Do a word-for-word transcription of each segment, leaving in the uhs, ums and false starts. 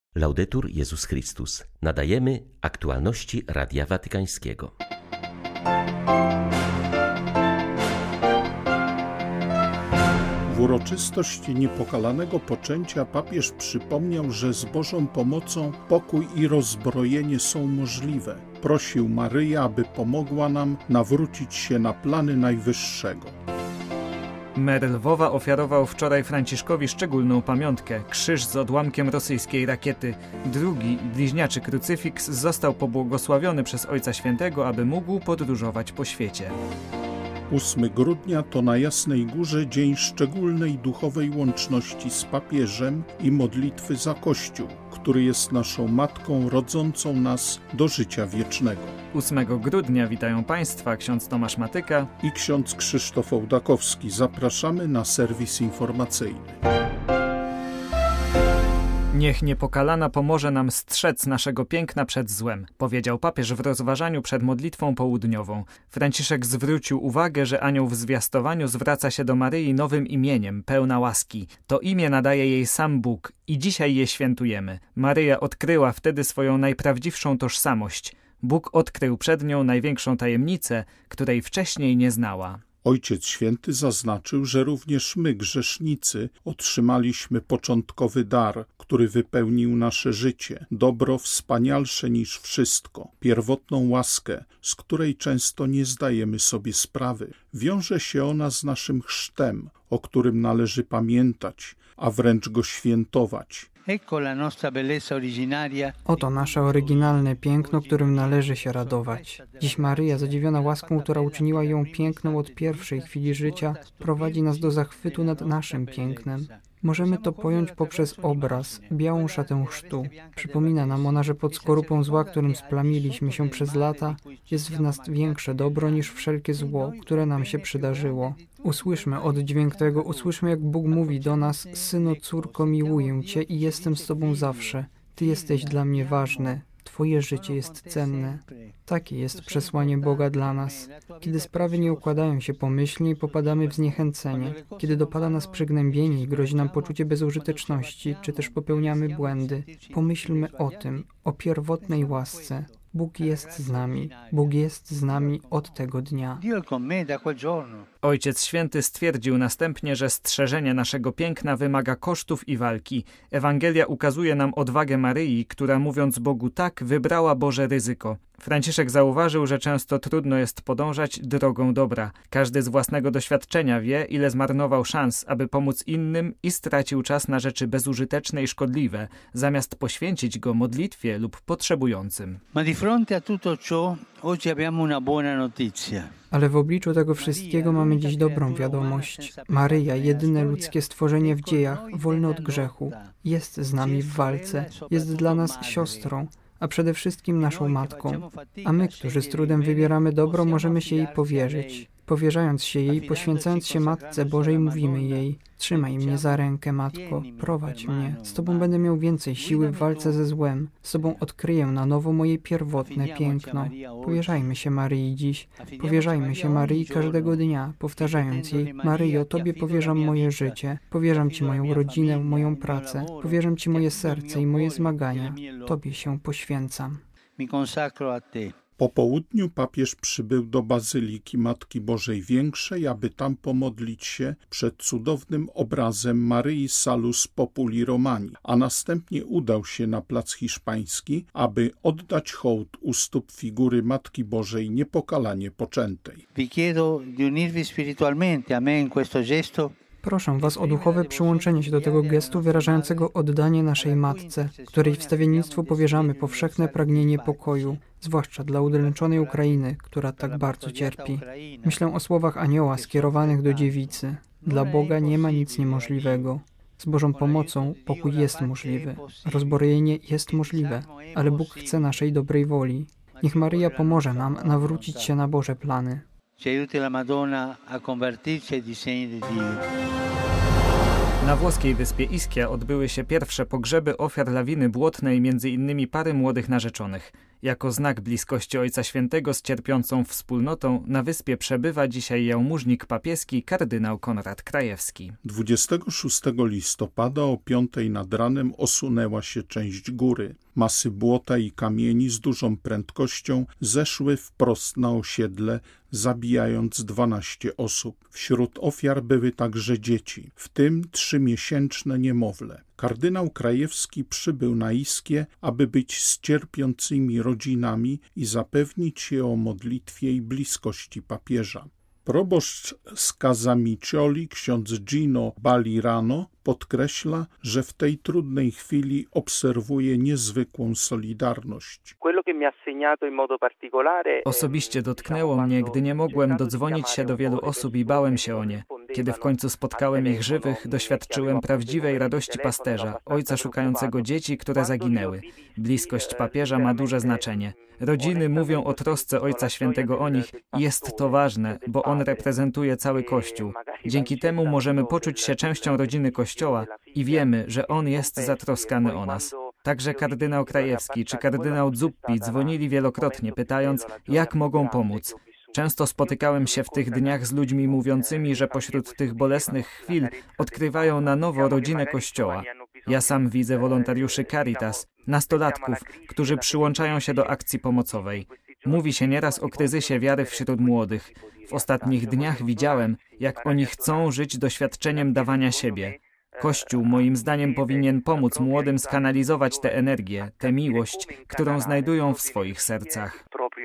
Laudetur Jezus Chrystus. Nadajemy aktualności Radia Watykańskiego. W uroczystości niepokalanego poczęcia papież przypomniał, że z Bożą pomocą pokój i rozbrojenie są możliwe. Prosił Maryję, aby pomogła nam nawrócić się na plany Najwyższego. Mer Lwowa ofiarował wczoraj Franciszkowi szczególną pamiątkę – krzyż z odłamkiem rosyjskiej rakiety. Drugi, bliźniaczy krucyfiks, został pobłogosławiony przez Ojca Świętego, aby mógł podróżować po świecie. ósmego grudnia to na Jasnej Górze dzień szczególnej duchowej łączności z papieżem i modlitwy za Kościół, który jest naszą Matką rodzącą nas do życia wiecznego. ósmego grudnia witają Państwa ksiądz Tomasz Matyka i ksiądz Krzysztof Ołdakowski. Zapraszamy na serwis informacyjny. Niech niepokalana pomoże nam strzec naszego piękna przed złem, powiedział papież w rozważaniu przed modlitwą południową. Franciszek zwrócił uwagę, że anioł w zwiastowaniu zwraca się do Maryi nowym imieniem, pełna łaski. To imię nadaje jej sam Bóg i dzisiaj je świętujemy. Maryja odkryła wtedy swoją najprawdziwszą tożsamość. Bóg odkrył przed nią największą tajemnicę, której wcześniej nie znała. Ojciec Święty zaznaczył, że również my, grzesznicy, otrzymaliśmy początkowy dar, który wypełnił nasze życie, dobro wspanialsze niż wszystko, pierwotną łaskę, z której często nie zdajemy sobie sprawy. Wiąże się ona z naszym chrztem, o którym należy pamiętać, a wręcz go świętować. Oto nasze oryginalne piękno, którym należy się radować. Dziś Maryja, zadziwiona łaską, która uczyniła ją piękną od pierwszej chwili życia, prowadzi nas do zachwytu nad naszym pięknem. Możemy to pojąć poprzez obraz, białą szatę chrztu. Przypomina nam ona, że pod skorupą zła, którym splamiliśmy się przez lata, jest w nas większe dobro niż wszelkie zło, które nam się przydarzyło. Usłyszmy oddźwięk tego, usłyszmy, jak Bóg mówi do nas: Synu, córko, miłuję Cię i jestem z Tobą zawsze. Ty jesteś dla mnie ważny. Twoje życie jest cenne. Takie jest przesłanie Boga dla nas. Kiedy sprawy nie układają się pomyślnie i popadamy w zniechęcenie, kiedy dopada nas przygnębienie i grozi nam poczucie bezużyteczności, czy też popełniamy błędy, pomyślmy o tym, o pierwotnej łasce. Bóg jest z nami. Bóg jest z nami od tego dnia. Ojciec Święty stwierdził następnie, że strzeżenie naszego piękna wymaga kosztów i walki. Ewangelia ukazuje nam odwagę Maryi, która, mówiąc Bogu tak, wybrała Boże ryzyko. Franciszek zauważył, że często trudno jest podążać drogą dobra. Każdy z własnego doświadczenia wie, ile zmarnował szans, aby pomóc innym i stracił czas na rzeczy bezużyteczne i szkodliwe, zamiast poświęcić go modlitwie lub potrzebującym. Ale w obliczu tego wszystkiego mamy dziś dobrą wiadomość. Maryja, jedyne ludzkie stworzenie w dziejach, wolne od grzechu, jest z nami w walce, jest dla nas siostrą, a przede wszystkim naszą matką. A my, którzy z trudem wybieramy dobro, możemy się jej powierzyć. Powierzając się jej, poświęcając się Matce Bożej, mówimy jej: trzymaj mnie za rękę, Matko, prowadź mnie. Z Tobą będę miał więcej siły w walce ze złem. Z Tobą odkryję na nowo moje pierwotne piękno. Powierzajmy się Maryi dziś. Powierzajmy się Maryi każdego dnia, powtarzając jej: Maryjo, Tobie powierzam moje życie. Powierzam Ci moją rodzinę, moją pracę. Powierzam Ci moje serce i moje zmagania. Tobie się poświęcam. Po południu papież przybył do Bazyliki Matki Bożej Większej, aby tam pomodlić się przed cudownym obrazem Maryi Salus Populi Romani, a następnie udał się na Plac Hiszpański, aby oddać hołd u stóp figury Matki Bożej niepokalanie poczętej. Proszę Was o duchowe przyłączenie się do tego gestu wyrażającego oddanie naszej Matce, której wstawiennictwu powierzamy powszechne pragnienie pokoju, zwłaszcza dla udręczonej Ukrainy, która tak bardzo cierpi. Myślę o słowach anioła skierowanych do dziewicy. Dla Boga nie ma nic niemożliwego. Z Bożą pomocą pokój jest możliwy, rozbrojenie jest możliwe, ale Bóg chce naszej dobrej woli. Niech Maryja pomoże nam nawrócić się na Boże plany. Na włoskiej wyspie Ischia odbyły się pierwsze pogrzeby ofiar lawiny błotnej, między innymi pary młodych narzeczonych. Jako znak bliskości Ojca Świętego z cierpiącą wspólnotą na wyspie przebywa dzisiaj jałmużnik papieski kardynał Konrad Krajewski. dwudziestego szóstego listopada o piątej nad ranem osunęła się część góry. Masy błota i kamieni z dużą prędkością zeszły wprost na osiedle, zabijając dwanaście osób. Wśród ofiar były także dzieci, w tym trzymiesięczne niemowlę. Kardynał Krajewski przybył na Iskię, aby być z cierpiącymi rodzinami i zapewnić je o modlitwie i bliskości papieża. Proboszcz z Casamiccoli, ksiądz Gino Balirano, podkreśla, że w tej trudnej chwili obserwuje niezwykłą solidarność. Osobiście dotknęło mnie, gdy nie mogłem dodzwonić się do wielu osób i bałem się o nie. Kiedy w końcu spotkałem ich żywych, doświadczyłem prawdziwej radości pasterza, ojca szukającego dzieci, które zaginęły. Bliskość papieża ma duże znaczenie. Rodziny mówią o trosce Ojca Świętego o nich i jest to ważne, bo on reprezentuje cały Kościół. Dzięki temu możemy poczuć się częścią rodziny Kościoła i wiemy, że on jest zatroskany o nas. Także kardynał Krajewski czy kardynał Zuppi dzwonili wielokrotnie, pytając, jak mogą pomóc. Często spotykałem się w tych dniach z ludźmi mówiącymi, że pośród tych bolesnych chwil odkrywają na nowo rodzinę Kościoła. Ja sam widzę wolontariuszy Caritas, nastolatków, którzy przyłączają się do akcji pomocowej. Mówi się nieraz o kryzysie wiary wśród młodych. W ostatnich dniach widziałem, jak oni chcą żyć doświadczeniem dawania siebie. Kościół moim zdaniem powinien pomóc młodym skanalizować tę energię, tę miłość, którą znajdują w swoich sercach.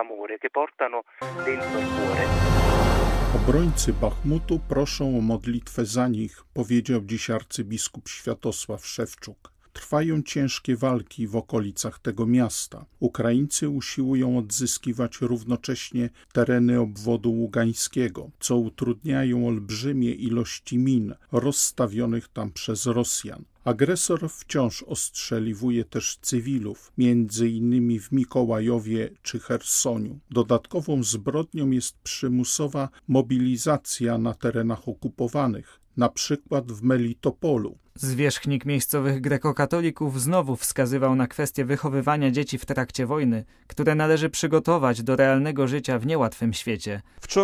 Obrońcy Bachmutu proszą o modlitwę za nich, powiedział dziś arcybiskup Światosław Szewczuk. Trwają ciężkie walki w okolicach tego miasta. Ukraińcy usiłują odzyskiwać równocześnie tereny obwodu ługańskiego, co utrudniają olbrzymie ilości min rozstawionych tam przez Rosjan. Agresor wciąż ostrzeliwuje też cywilów, między innymi w Mikołajowie czy Chersoniu. Dodatkową zbrodnią jest przymusowa mobilizacja na terenach okupowanych, na przykład w Melitopolu. Zwierzchnik miejscowych grekokatolików znowu wskazywał na kwestię wychowywania dzieci w trakcie wojny, które należy przygotować do realnego życia w niełatwym świecie.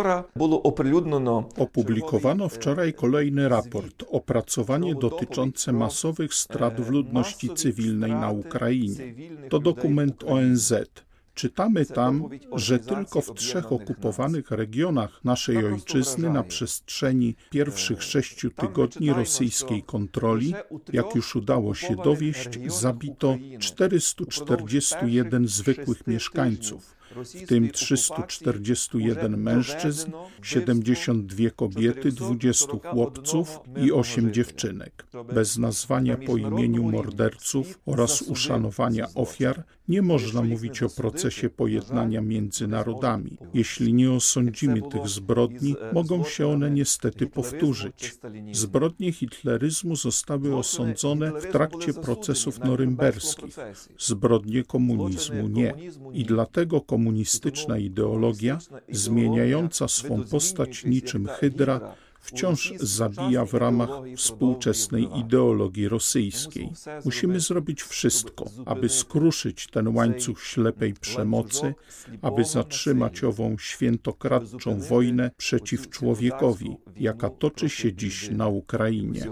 Opublikowano wczoraj kolejny raport, opracowanie dotyczące masowych strat w ludności cywilnej na Ukrainie. To dokument O N Z. Czytamy tam, że tylko w trzech okupowanych regionach naszej ojczyzny na przestrzeni pierwszych sześciu tygodni rosyjskiej kontroli, jak już udało się dowieść, zabito czterysta czterdzieści jeden zwykłych mieszkańców, w tym trzysta czterdzieści jeden mężczyzn, siedemdziesiąt dwie kobiety, dwudziestu chłopców i osiem dziewczynek. Bez nazwania po imieniu morderców oraz uszanowania ofiar nie można mówić o procesie pojednania między narodami. Jeśli nie osądzimy tych zbrodni, mogą się one niestety powtórzyć. Zbrodnie hitleryzmu zostały osądzone w trakcie procesów norymberskich, zbrodnie komunizmu nie. I dlatego komunistyczna ideologia, zmieniająca swą postać niczym hydra, wciąż zabija w ramach współczesnej ideologii rosyjskiej. Musimy zrobić wszystko, aby skruszyć ten łańcuch ślepej przemocy, aby zatrzymać ową świętokradczą wojnę przeciw człowiekowi, jaka toczy się dziś na Ukrainie.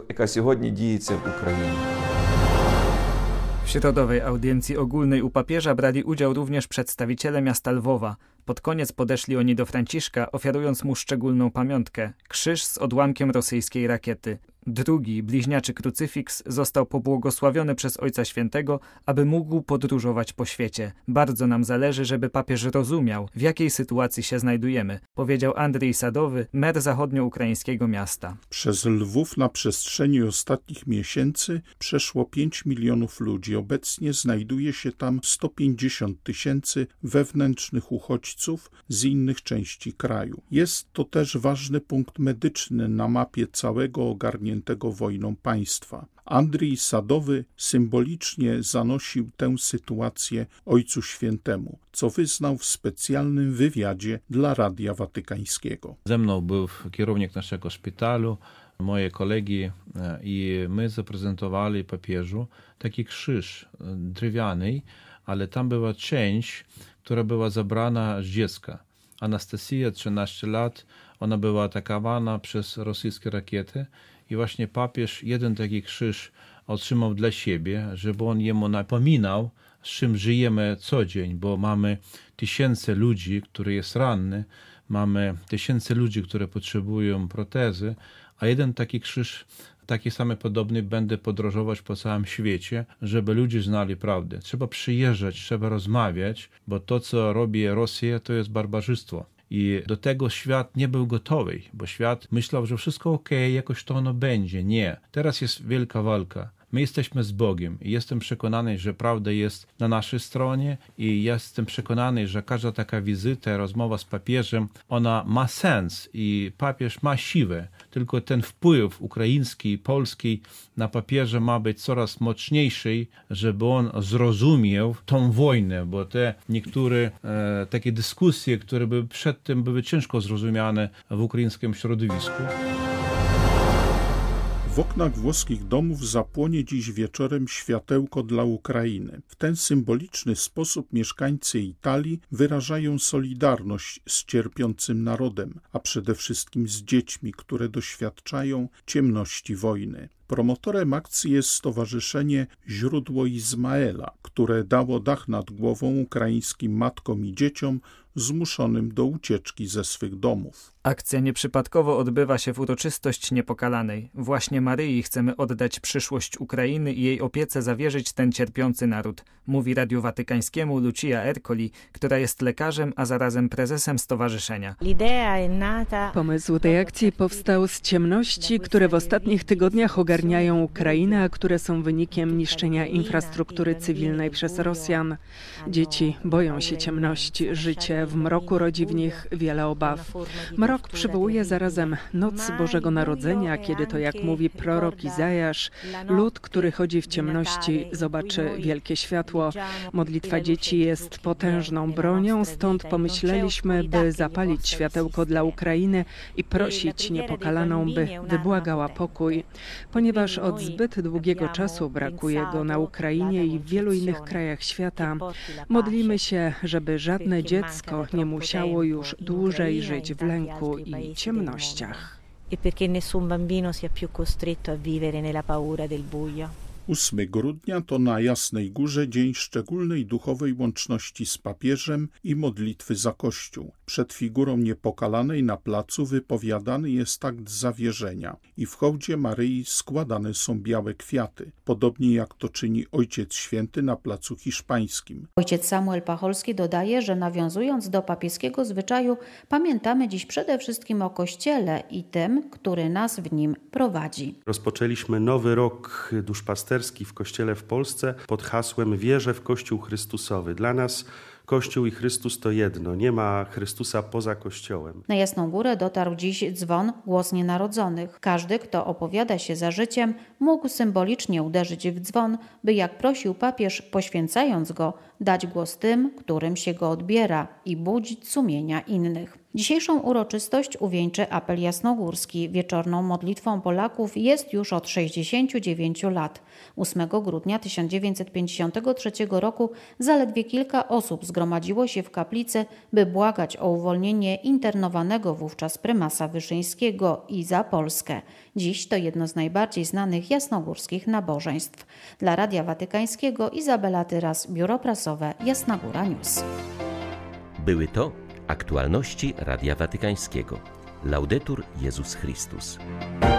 W środowej audiencji ogólnej u papieża brali udział również przedstawiciele miasta Lwowa. Pod koniec podeszli oni do Franciszka, ofiarując mu szczególną pamiątkę – krzyż z odłamkiem rosyjskiej rakiety. Drugi, bliźniaczy krucyfiks, został pobłogosławiony przez Ojca Świętego, aby mógł podróżować po świecie. Bardzo nam zależy, żeby papież rozumiał, w jakiej sytuacji się znajdujemy, powiedział Andrzej Sadowy, mer zachodnioukraińskiego miasta. Przez Lwów na przestrzeni ostatnich miesięcy przeszło pięć milionów ludzi. Obecnie znajduje się tam sto pięćdziesiąt tysięcy wewnętrznych uchodźców z innych części kraju. Jest to też ważny punkt medyczny na mapie całego ogarniętego tego wojną państwa. Andrzej Sadowy symbolicznie zanosił tę sytuację Ojcu Świętemu, co wyznał w specjalnym wywiadzie dla Radia Watykańskiego. Ze mną był kierownik naszego szpitalu, moje kolegi i my zaprezentowali papieżu taki krzyż drewniany, ale tam była część, która była zabrana z dziecka. Anastasja, trzynaście lat, ona była atakowana przez rosyjskie rakiety i właśnie papież jeden taki krzyż otrzymał dla siebie, żeby on jemu napominał, z czym żyjemy co dzień, bo mamy tysiące ludzi, które jest ranny, mamy tysiące ludzi, które potrzebują protezy, a jeden taki krzyż, taki samy podobny, będzie podróżować po całym świecie, żeby ludzie znali prawdę. Trzeba przyjeżdżać, trzeba rozmawiać, bo to, co robi Rosja, to jest barbarzyństwo. I do tego świat nie był gotowy, bo świat myślał, że wszystko okej, jakoś to ono będzie. Nie. Teraz jest wielka walka. My jesteśmy z Bogiem i jestem przekonany, że prawda jest na naszej stronie i jestem przekonany, że każda taka wizyta, rozmowa z papieżem, ona ma sens i papież ma siłę. Tylko ten wpływ ukraiński i polski na papieża ma być coraz mocniejszy, żeby on zrozumiał tą wojnę, bo te niektóre e, takie dyskusje, które były przedtem, były ciężko zrozumiane w ukraińskim środowisku. W oknach włoskich domów zapłonie dziś wieczorem światełko dla Ukrainy. W ten symboliczny sposób mieszkańcy Italii wyrażają solidarność z cierpiącym narodem, a przede wszystkim z dziećmi, które doświadczają ciemności wojny. Promotorem akcji jest Stowarzyszenie Źródło Izmaela, które dało dach nad głową ukraińskim matkom i dzieciom zmuszonym do ucieczki ze swych domów. Akcja nieprzypadkowo odbywa się w uroczystość Niepokalanej. Właśnie Maryi chcemy oddać przyszłość Ukrainy i jej opiece zawierzyć ten cierpiący naród, mówi Radiu Watykańskiemu Lucia Ercoli, która jest lekarzem, a zarazem prezesem stowarzyszenia. Pomysł tej akcji powstał z ciemności, które w ostatnich tygodniach ogarniają Ukrainę, a które są wynikiem niszczenia infrastruktury cywilnej przez Rosjan. Dzieci boją się ciemności, życie w mroku rodzi w nich wiele obaw. Mrok przywołuje zarazem noc Bożego Narodzenia, kiedy to, jak mówi prorok Izajasz, lud, który chodzi w ciemności, zobaczy wielkie światło. Modlitwa dzieci jest potężną bronią, stąd pomyśleliśmy, by zapalić światełko dla Ukrainy i prosić Niepokalaną, by wybłagała pokój. Ponieważ od zbyt długiego czasu brakuje go na Ukrainie i w wielu innych krajach świata, modlimy się, żeby żadne dziecko nie musiało już dłużej żyć w lęku i ciemnościach. E perché nessun bambino sia più costretto a vivere nella paura del buio. ósmego grudnia to na Jasnej Górze dzień szczególnej duchowej łączności z papieżem i modlitwy za Kościół. Przed figurą Niepokalanej na placu wypowiadany jest akt zawierzenia i w hołdzie Maryi składane są białe kwiaty, podobnie jak to czyni Ojciec Święty na placu Hiszpańskim. Ojciec Samuel Pacholski dodaje, że nawiązując do papieskiego zwyczaju, pamiętamy dziś przede wszystkim o Kościele i tym, który nas w nim prowadzi. Rozpoczęliśmy nowy rok duszpasterski w Kościele w Polsce pod hasłem Wierzę w Kościół Chrystusowy. Dla nas Kościół i Chrystus to jedno, nie ma Chrystusa poza Kościołem. Na Jasną Górę dotarł dziś dzwon Głos Nienarodzonych. Każdy, kto opowiada się za życiem, mógł symbolicznie uderzyć w dzwon, by jak prosił papież, poświęcając go, dać głos tym, którym się go odbiera i budzić sumienia innych. Dzisiejszą uroczystość uwieńczy apel jasnogórski. Wieczorną modlitwą Polaków jest już od sześćdziesięciu dziewięciu lat. ósmego grudnia tysiąc dziewięćset pięćdziesiątego trzeciego roku zaledwie kilka osób zgromadziło się w kaplicy, by błagać o uwolnienie internowanego wówczas prymasa Wyszyńskiego i za Polskę. Dziś to jedno z najbardziej znanych jasnogórskich nabożeństw. Dla Radia Watykańskiego Izabela Tyras, Biuro Prasowe Jasna Góra News. Były to aktualności Radia Watykańskiego. Laudetur Jezus Chrystus.